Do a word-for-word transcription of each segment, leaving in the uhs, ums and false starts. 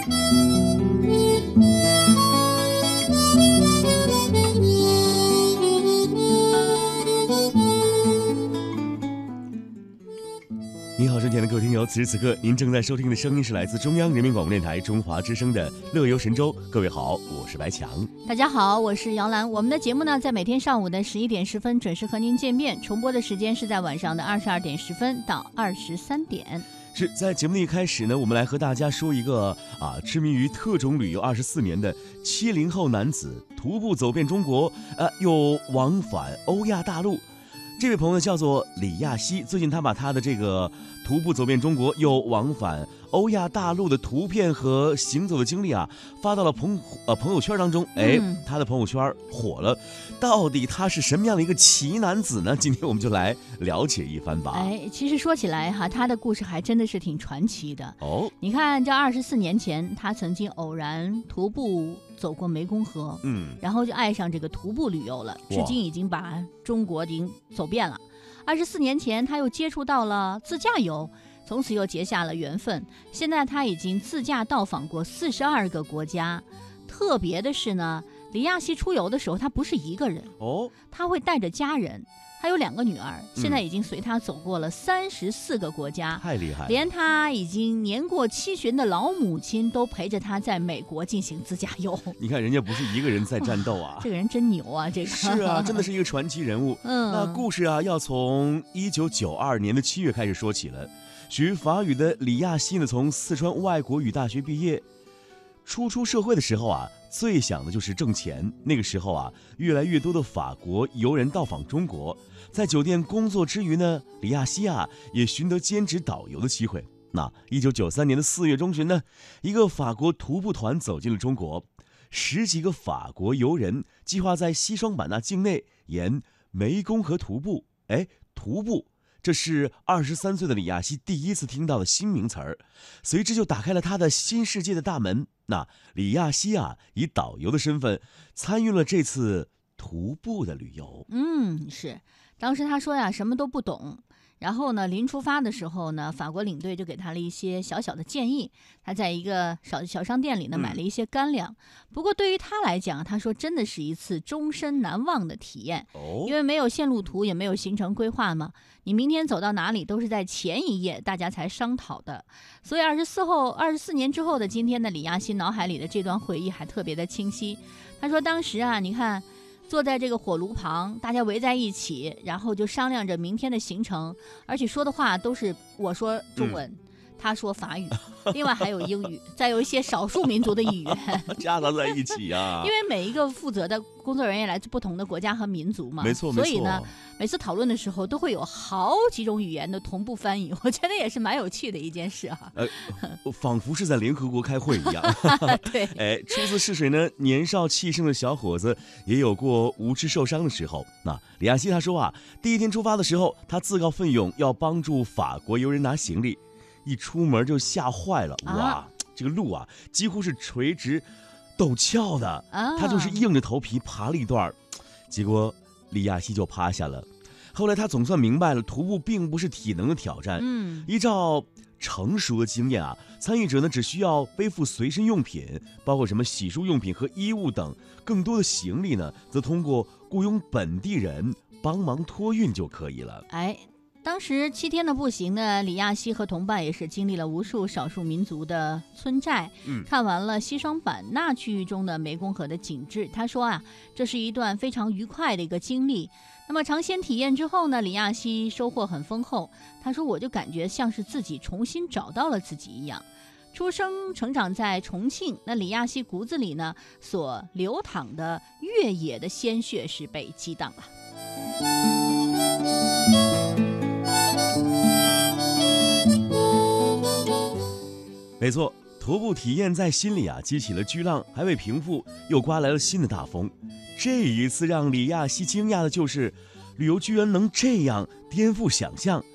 你好，身前的各位听友，此时此刻您正在收听的声音是来自中央人民广播电台中华之声的乐游神州。各位好，我是白强。 大家好，我是姚兰。我们的节目呢，在每天上午的十一点十分准时和您见面，重播的时间是在晚上的二十二点十分到二十三点。 是在节目的一开始呢，我们来和大家说一个啊，痴迷于特种旅游二十四年的七零后男子徒步走遍中国，呃，又往返欧亚大陆。这位朋友叫做李亚西，最近他把他的这个徒步走遍中国又往返欧亚大陆的图片和行走的经历啊，发到了朋呃朋友圈当中。哎， 嗯、 他的朋友圈火了，到底他是什么样的一个奇男子呢？今天我们就来了解一番吧。 哎，其实说起来哈，他的故事还真的是挺传奇的哦。 你看，这二十四年前，他曾经偶然徒步走过湄公河， 嗯， 然后就爱上这个徒步旅游了，至今已经把中国已经走遍了。二十四年前，他又接触到了自驾游，从此又结下了缘分。现在他已经自驾到访过四十二个国家。特别的是呢，李亚西出游的时候，他不是一个人哦， 他会带着家人。他有两个女儿，现在已经随他走过了三十四个国家， 太厉害了！ 连他已经年过七旬的老母亲都陪着他在美国进行自驾游。 你看，人家不是一个人在战斗啊， 这个人真牛啊！这个是啊，真的是一个传奇人物。 嗯， 那故事啊，要从一九九二年的七月开始说起了。学法语的李亚西呢，从四川外国语大学毕业。初出社会的时候啊，最想的就是挣钱。那个时候啊，越来越多的法国游人到访中国，在酒店工作之余呢，李亚西啊也寻得兼职导游的机会。那一九九三年的四月中旬呢，一个法国徒步团走进了中国，十几个法国游人计划在西双版纳境内沿湄公河徒步。哎，徒步。这是二十三岁的李亚西第一次听到的新名词儿，随之就打开了他的新世界的大门。那李亚西啊，以导游的身份参与了这次徒步的旅游。 嗯，是，当时他说呀，什么都不懂。然后呢，临出发的时候呢，法国领队就给他了一些小小的建议。他在一个小小商店里呢，买了一些干粮。嗯、不过对于他来讲，他说真的是一次终身难忘的体验。 哦， 因为没有线路图，也没有行程规划嘛，你明天走到哪里都是在前一夜大家才商讨的。所以二十四后，二十四年之后的今天的李亚西脑海里的这段回忆还特别的清晰。他说当时啊，你看。坐在这个火炉旁，大家围在一起，然后就商量着明天的行程，而且说的话都是我说中文，嗯、他说法语，另外还有英语，再有一些少数民族的语言夹杂在一起啊。 因为每一个负责的工作人员来自不同的国家和民族嘛， 没错， 所以呢，每次讨论的时候都会有好几种语言的同步翻译，我觉得也是蛮有趣的一件事啊。 呃，仿佛是在联合国开会一样。 对， 哎，初次试水呢，年少气盛的小伙子也有过无知受伤的时候。那李亚西他说啊，第一天出发的时候，他自告奋勇要帮助法国游人拿行李，一出门就吓坏了。哇，啊、这个路啊，几乎是垂直陡峭的， 啊、 他就是硬着头皮爬了一段，结果李亚西就趴下了。后来他总算明白了，徒步并不是体能的挑战。 嗯， 依照成熟的经验啊，参与者呢只需要背负随身用品，包括什么洗漱用品和衣物等，更多的行李呢，则通过雇佣本地人帮忙托运就可以了。 哎。当时七天的步行呢，李亚西和同伴也是经历了无数少数民族的村寨， 嗯， 看完了西双版纳区域中的湄公河的景致。他说啊，这是一段非常愉快的一个经历。那么尝鲜体验之后呢，李亚西收获很丰厚。他说，我就感觉像是自己重新找到了自己一样。出生成长在重庆，那李亚西骨子里呢所流淌的越野的鲜血是被激荡了。 没错，徒步体验在心里啊激起了巨浪，还未平复，又刮来了新的大风。这一次让李亚西惊讶的就是，旅游居然能这样颠覆想象。 嗯，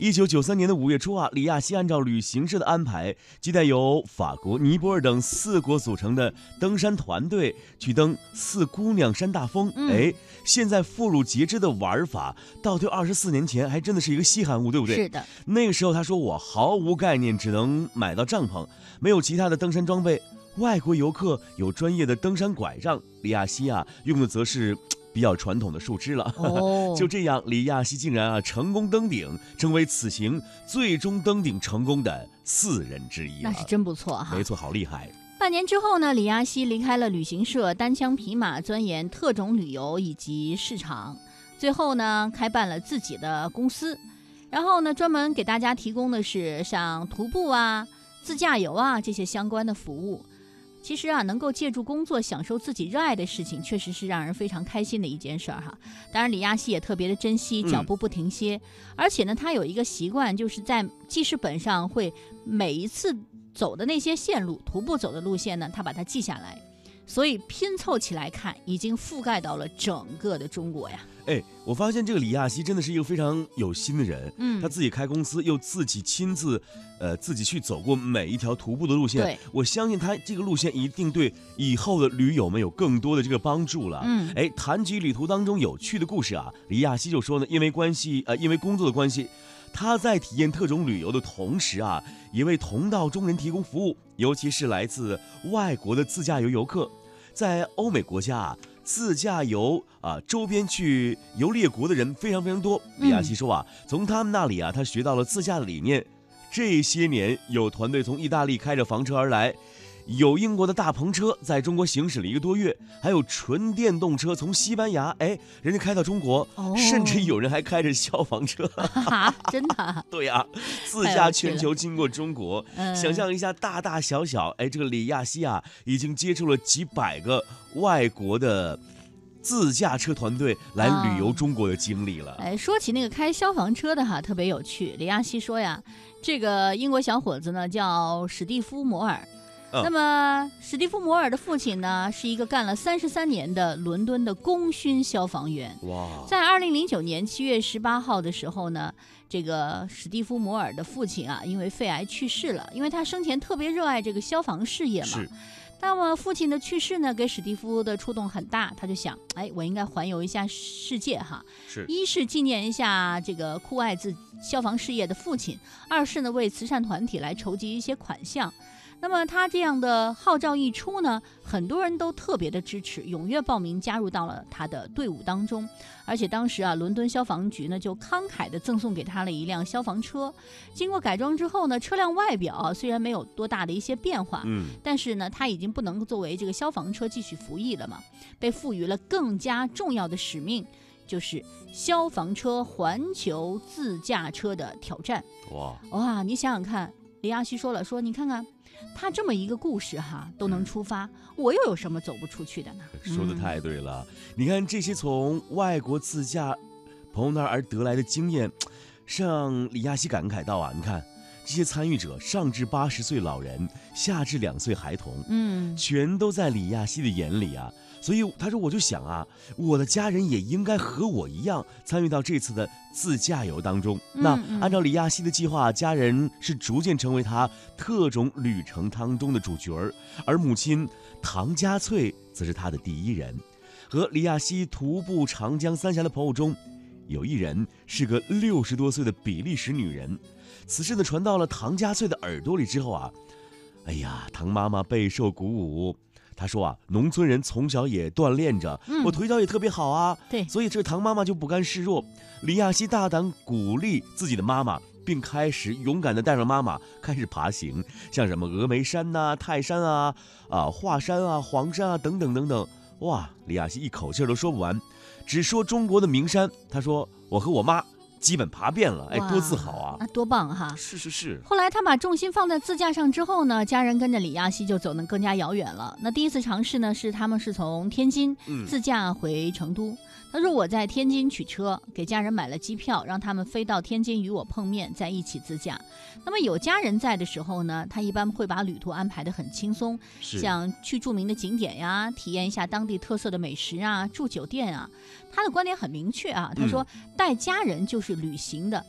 一九九三年的五月初啊，李亚希按照旅行社的安排，接待由法国、尼泊尔等四国组成的登山团队去登四姑娘山大峰。 嗯、 哎，现在妇孺皆知的玩法，倒退二十四年前还真的是一个稀罕物，对不对？ 是的。 那个时候他说我毫无概念，只能买到帐篷，没有其他的登山装备。外国游客有专业的登山拐杖，李亚希啊用的则是比较传统的树枝了。 哦， 就这样，李亚希竟然啊成功登顶，成为此行最终登顶成功的四人之一。 那是真不错哈。 没错，好厉害。 半年之后呢，李亚希离开了旅行社，单枪匹马钻研特种旅游以及市场，最后呢开办了自己的公司，然后呢专门给大家提供的是像徒步啊、自驾游啊这些相关的服务。其实啊，能够借助工作享受自己热爱的事情，确实是让人非常开心的一件事儿哈。当然，李亚希也特别的珍惜，脚步不停歇，嗯、而且呢，他有一个习惯，就是在记事本上会每一次走的那些线路，徒步走的路线呢，他把它记下来，所以拼凑起来看，已经覆盖到了整个的中国呀。 哎，我发现这个李亚希真的是一个非常有心的人，嗯，他自己开公司，又自己亲自，呃，自己去走过每一条徒步的路线。 对， 我相信他这个路线一定对以后的驴友们有更多的这个帮助了。 嗯， 哎，谈及旅途当中有趣的故事啊，李亚希就说呢，因为关系，呃，因为工作的关系，他在体验特种旅游的同时啊，也为同道中人提供服务，尤其是来自外国的自驾游游客，在欧美国家啊。自驾游啊，周边去游列国的人非常非常多。李亚希说啊，嗯、从他们那里啊，他学到了自驾的理念。这些年，有团队从意大利开着房车而来，有英国的大篷车在中国行驶了一个多月，还有纯电动车从西班牙，哎，人家开到中国， 哦、 甚至有人还开着消防车， 啊、真的？ 对呀、啊，自驾全球经过中国，想象一下，大大小小，哎，这个李亚希啊，已经接触了几百个外国的自驾车团队来旅游中国的经历了。 啊、哎，说起那个开消防车的哈，特别有趣。李亚希说呀，这个英国小伙子呢叫史蒂夫·摩尔。那么，史蒂夫·摩尔的父亲呢，是一个干了三十三年的伦敦的功勋消防员。 哇！ 在二零零九年七月十八号的时候呢，这个史蒂夫·摩尔的父亲啊，因为肺癌去世了。因为他生前特别热爱这个消防事业嘛。 是。 那么父亲的去世呢，给史蒂夫的触动很大，他就想，哎，我应该环游一下世界哈。 是。 一是纪念一下这个酷爱自消防事业的父亲，二是呢为慈善团体来筹集一些款项。那么他这样的号召一出呢，很多人都特别的支持，踊跃报名加入到了他的队伍当中。而且当时啊，伦敦消防局呢就慷慨地赠送给他了一辆消防车。经过改装之后呢，车辆外表、啊、虽然没有多大的一些变化， 嗯， 但是呢，它已经不能作为这个消防车继续服役了嘛，被赋予了更加重要的使命，就是消防车环球自驾车的挑战。 哇哇，你想想看，李亚希说了，说你看看。他这么一个故事哈都能出发，我又有什么走不出去的呢？ 说的太对了，嗯、你看这些从外国自驾朋友那儿而得来的经验，让李亚希感慨到啊，你看这些参与者上至八十岁老人，下至两岁孩童， 嗯， 全都在李亚希的眼里啊。所以他说，我就想啊，我的家人也应该和我一样参与到这次的自驾游当中。 嗯、 那按照李亚希的计划，家人是逐渐成为他特种旅程当中的主角儿，而母亲唐家翠则是他的第一人。和李亚希徒步长江三峡的朋友中，有一人是个六十多岁的比利时女人。此事呢传到了唐家翠的耳朵里之后啊，哎呀，唐妈妈备受鼓舞。他说啊，农村人从小也锻炼着， 嗯、 我腿脚也特别好啊， 对， 所以这唐妈妈就不甘示弱。李亚希大胆鼓励自己的妈妈，并开始勇敢地带上妈妈开始爬行，像什么峨眉山呐、啊、泰山啊、啊华山啊、黄山啊等等等等。哇，李亚希一口气都说不完，只说中国的名山。他说，我和我妈基本爬遍了，哎，多自豪啊！ 啊，多棒哈！ 是是是。 后来他把重心放在自驾上之后呢，家人跟着李亚希就走得更加遥远了。那第一次尝试呢，是他们是从天津自驾回成都。嗯、他说我在天津取车，给家人买了机票，让他们飞到天津与我碰面，再一起自驾。那么有家人在的时候呢，他一般会把旅途安排得很轻松，像去著名的景点呀，体验一下当地特色的美食啊，住酒店啊。他的观点很明确啊，他说带家人就是旅行的，不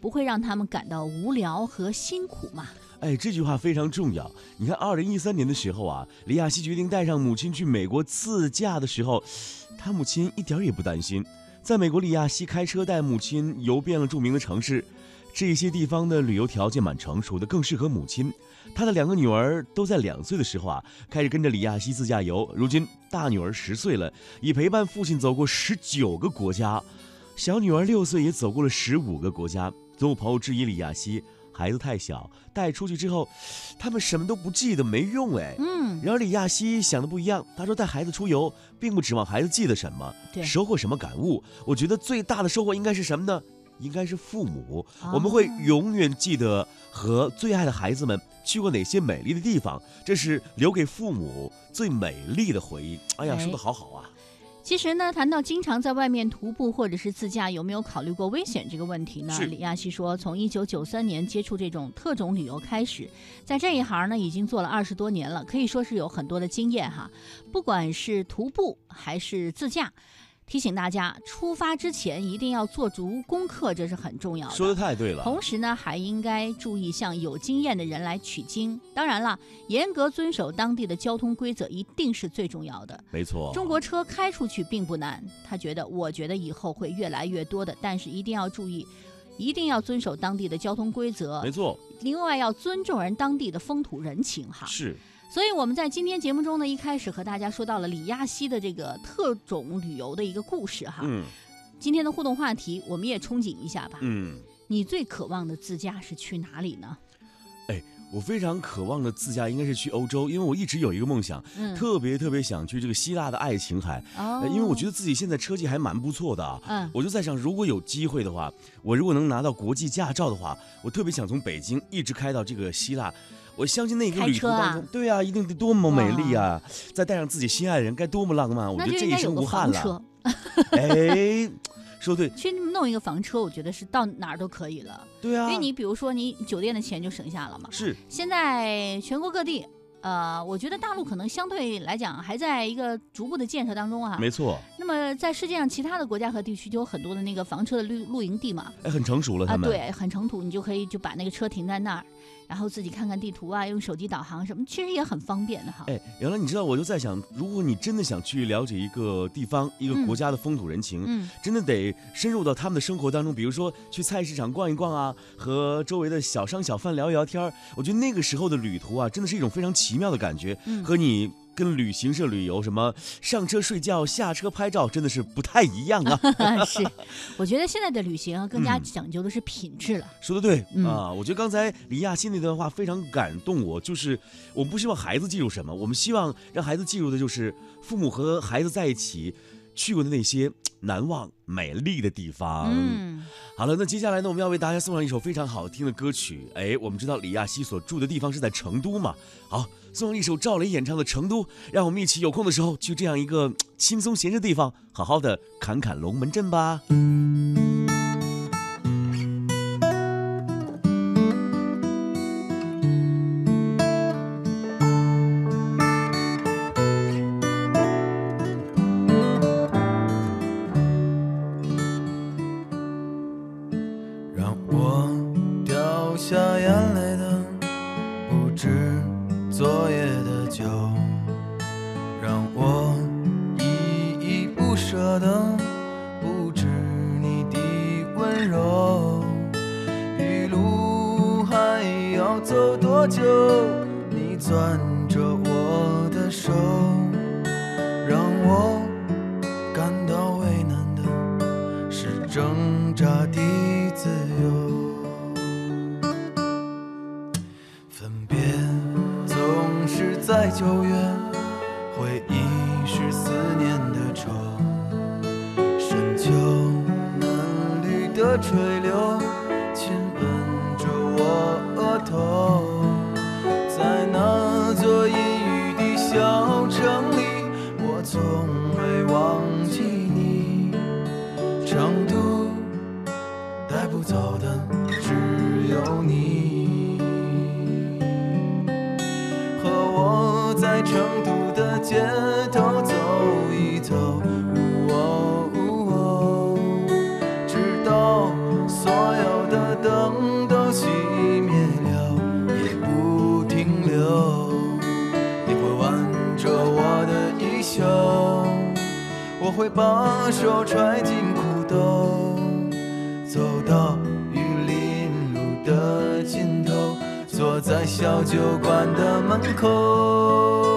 不会让他们感到无聊和辛苦嘛。 哎，这句话非常重要。你看，二零一三年的时候啊，李亚希决定带上母亲去美国自驾的时候，他母亲一点也不担心。在美国，李亚希开车带母亲游遍了著名的城市，这些地方的旅游条件蛮成熟的，更适合母亲。他的两个女儿都在两岁的时候啊，开始跟着李亚希自驾游。如今大女儿十岁了，已陪伴父亲走过十九个国家；小女儿六岁，也走过了十五个国家。总有朋友质疑李亚希，孩子太小，带出去之后，他们什么都不记得，没用哎。 嗯， 然而李亚希想的不一样，他说带孩子出游，并不指望孩子记得什么，收获什么感悟。我觉得最大的收获应该是什么呢？应该是父母，哦、我们会永远记得和最爱的孩子们去过哪些美丽的地方，这是留给父母最美丽的回忆。哎呀，哎说得好好啊！ 其实呢，谈到经常在外面徒步或者是自驾，有没有考虑过危险这个问题呢？李亚希说，从一九九三年接触这种特种旅游开始，在这一行呢已经做了二十多年了，可以说是有很多的经验哈。不管是徒步还是自驾，提醒大家，出发之前一定要做足功课，这是很重要的。 说得太对了。 同时呢，还应该注意向有经验的人来取经。当然了，严格遵守当地的交通规则一定是最重要的。 没错， 中国车开出去并不难，他觉得，我觉得以后会越来越多的，但是一定要注意，一定要遵守当地的交通规则。 没错。 另外要尊重人当地的风土人情哈。 是。 所以我们在今天节目中呢，一开始和大家说到了李亚希的这个特种旅游的一个故事哈。 嗯， 今天的互动话题，我们也憧憬一下吧。 嗯， 你最渴望的自驾是去哪里呢？ 哎，我非常渴望的自驾应该是去欧洲，因为我一直有一个梦想， 嗯、 特别特别想去这个希腊的爱琴海。 哦、 呃，因为我觉得自己现在车技还蛮不错的啊。 嗯， 我就在想，如果有机会的话，我如果能拿到国际驾照的话，我特别想从北京一直开到这个希腊。我相信那个旅途当中， 啊、 对啊，一定得多么美丽啊！再带上自己心爱的人，该多么浪漫！我觉得这一生无憾了。哎，说对， 去弄一个房车，我觉得是到哪儿都可以了。 对啊， 因为你比如说，你酒店的钱就省下了嘛。 是。 现在全国各地，呃，我觉得大陆可能相对来讲还在一个逐步的建设当中啊。 没错。 那么在世界上其他的国家和地区就有很多的那个房车的露露营地嘛。 哎，很成熟了，他们。 啊，对，很成土，你就可以就把那个车停在那儿。然后自己看看地图啊，用手机导航什么，其实也很方便的哈。 哎，原来你知道，我就在想，如果你真的想去了解一个地方、一个国家的风土人情， 嗯， 真的得深入到他们的生活当中，比如说去菜市场逛一逛啊，和周围的小商小贩聊一聊天。我觉得那个时候的旅途啊，真的是一种非常奇妙的感觉， 嗯、 和你跟旅行社旅游什么上车睡觉、下车拍照，真的是不太一样啊。 是，我觉得现在的旅行啊，更加讲究的是品质了。 嗯、说得对、 嗯、 啊，我觉得刚才李亚希那段话非常感动我，就是我们不希望孩子记住什么，我们希望让孩子记住的就是父母和孩子在一起去过的那些难忘美丽的地方。 嗯， 好了，那接下来呢，我们要为大家送上一首非常好听的歌曲。哎，我们知道李亚希所住的地方是在成都嘛，好，送上一首赵雷演唱的《成都》，让我们一起有空的时候去这样一个轻松闲适的地方，好好的侃侃龙门阵吧。 下眼泪的不止昨夜的酒，让我依依不舍的不止你的温柔。一路还要走多久？你攥着我的手，让我感到为难的是挣扎的自由。在九月，回忆是思念的愁，深秋嫩绿的垂柳亲吻着我额头，在那座阴雨的小城里，我从未忘记你。成都带不走的只有你，在成都的街头走一走，哦哦哦，直到所有的灯会把手揣进裤兜，走到玉林路的尽头，坐在小酒馆的门口。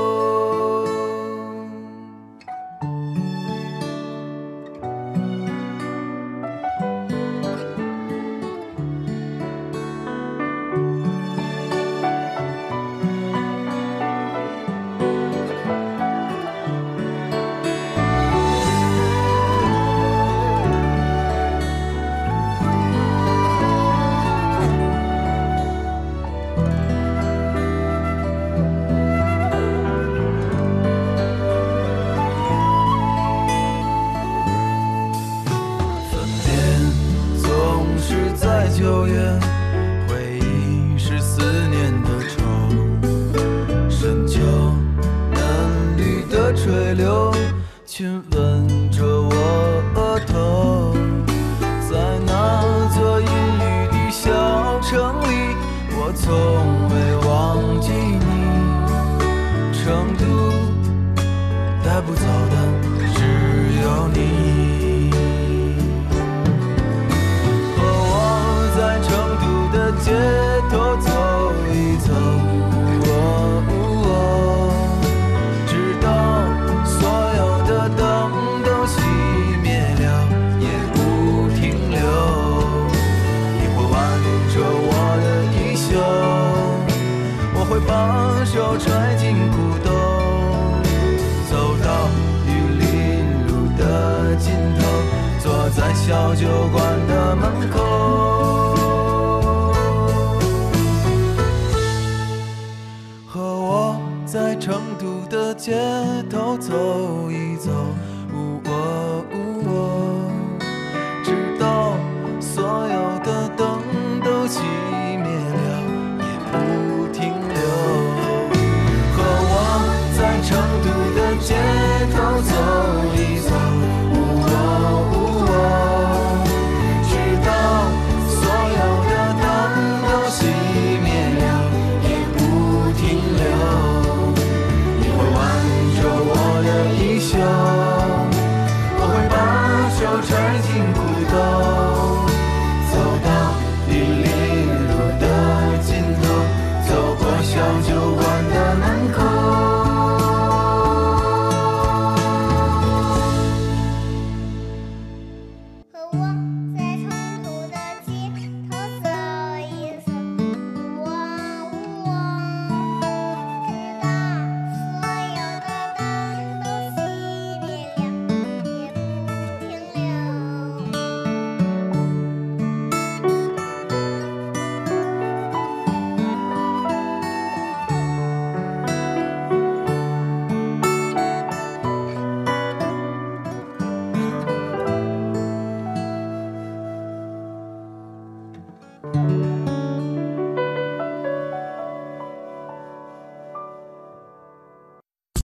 九月，回忆是思念的愁，深秋嫩绿的垂柳，亲吻着我额头。在那座阴雨的小城里，我从未忘记你。成都带不走的只有你。街头走一走，哦哦，直到所有的灯都熄灭了，也不停留。你会挽着我的衣袖，我会把手揣进裤兜，走到玉林路的尽头，坐在小酒馆的门口。在成都的街头走一走，哦哦哦，直到所有的灯都熄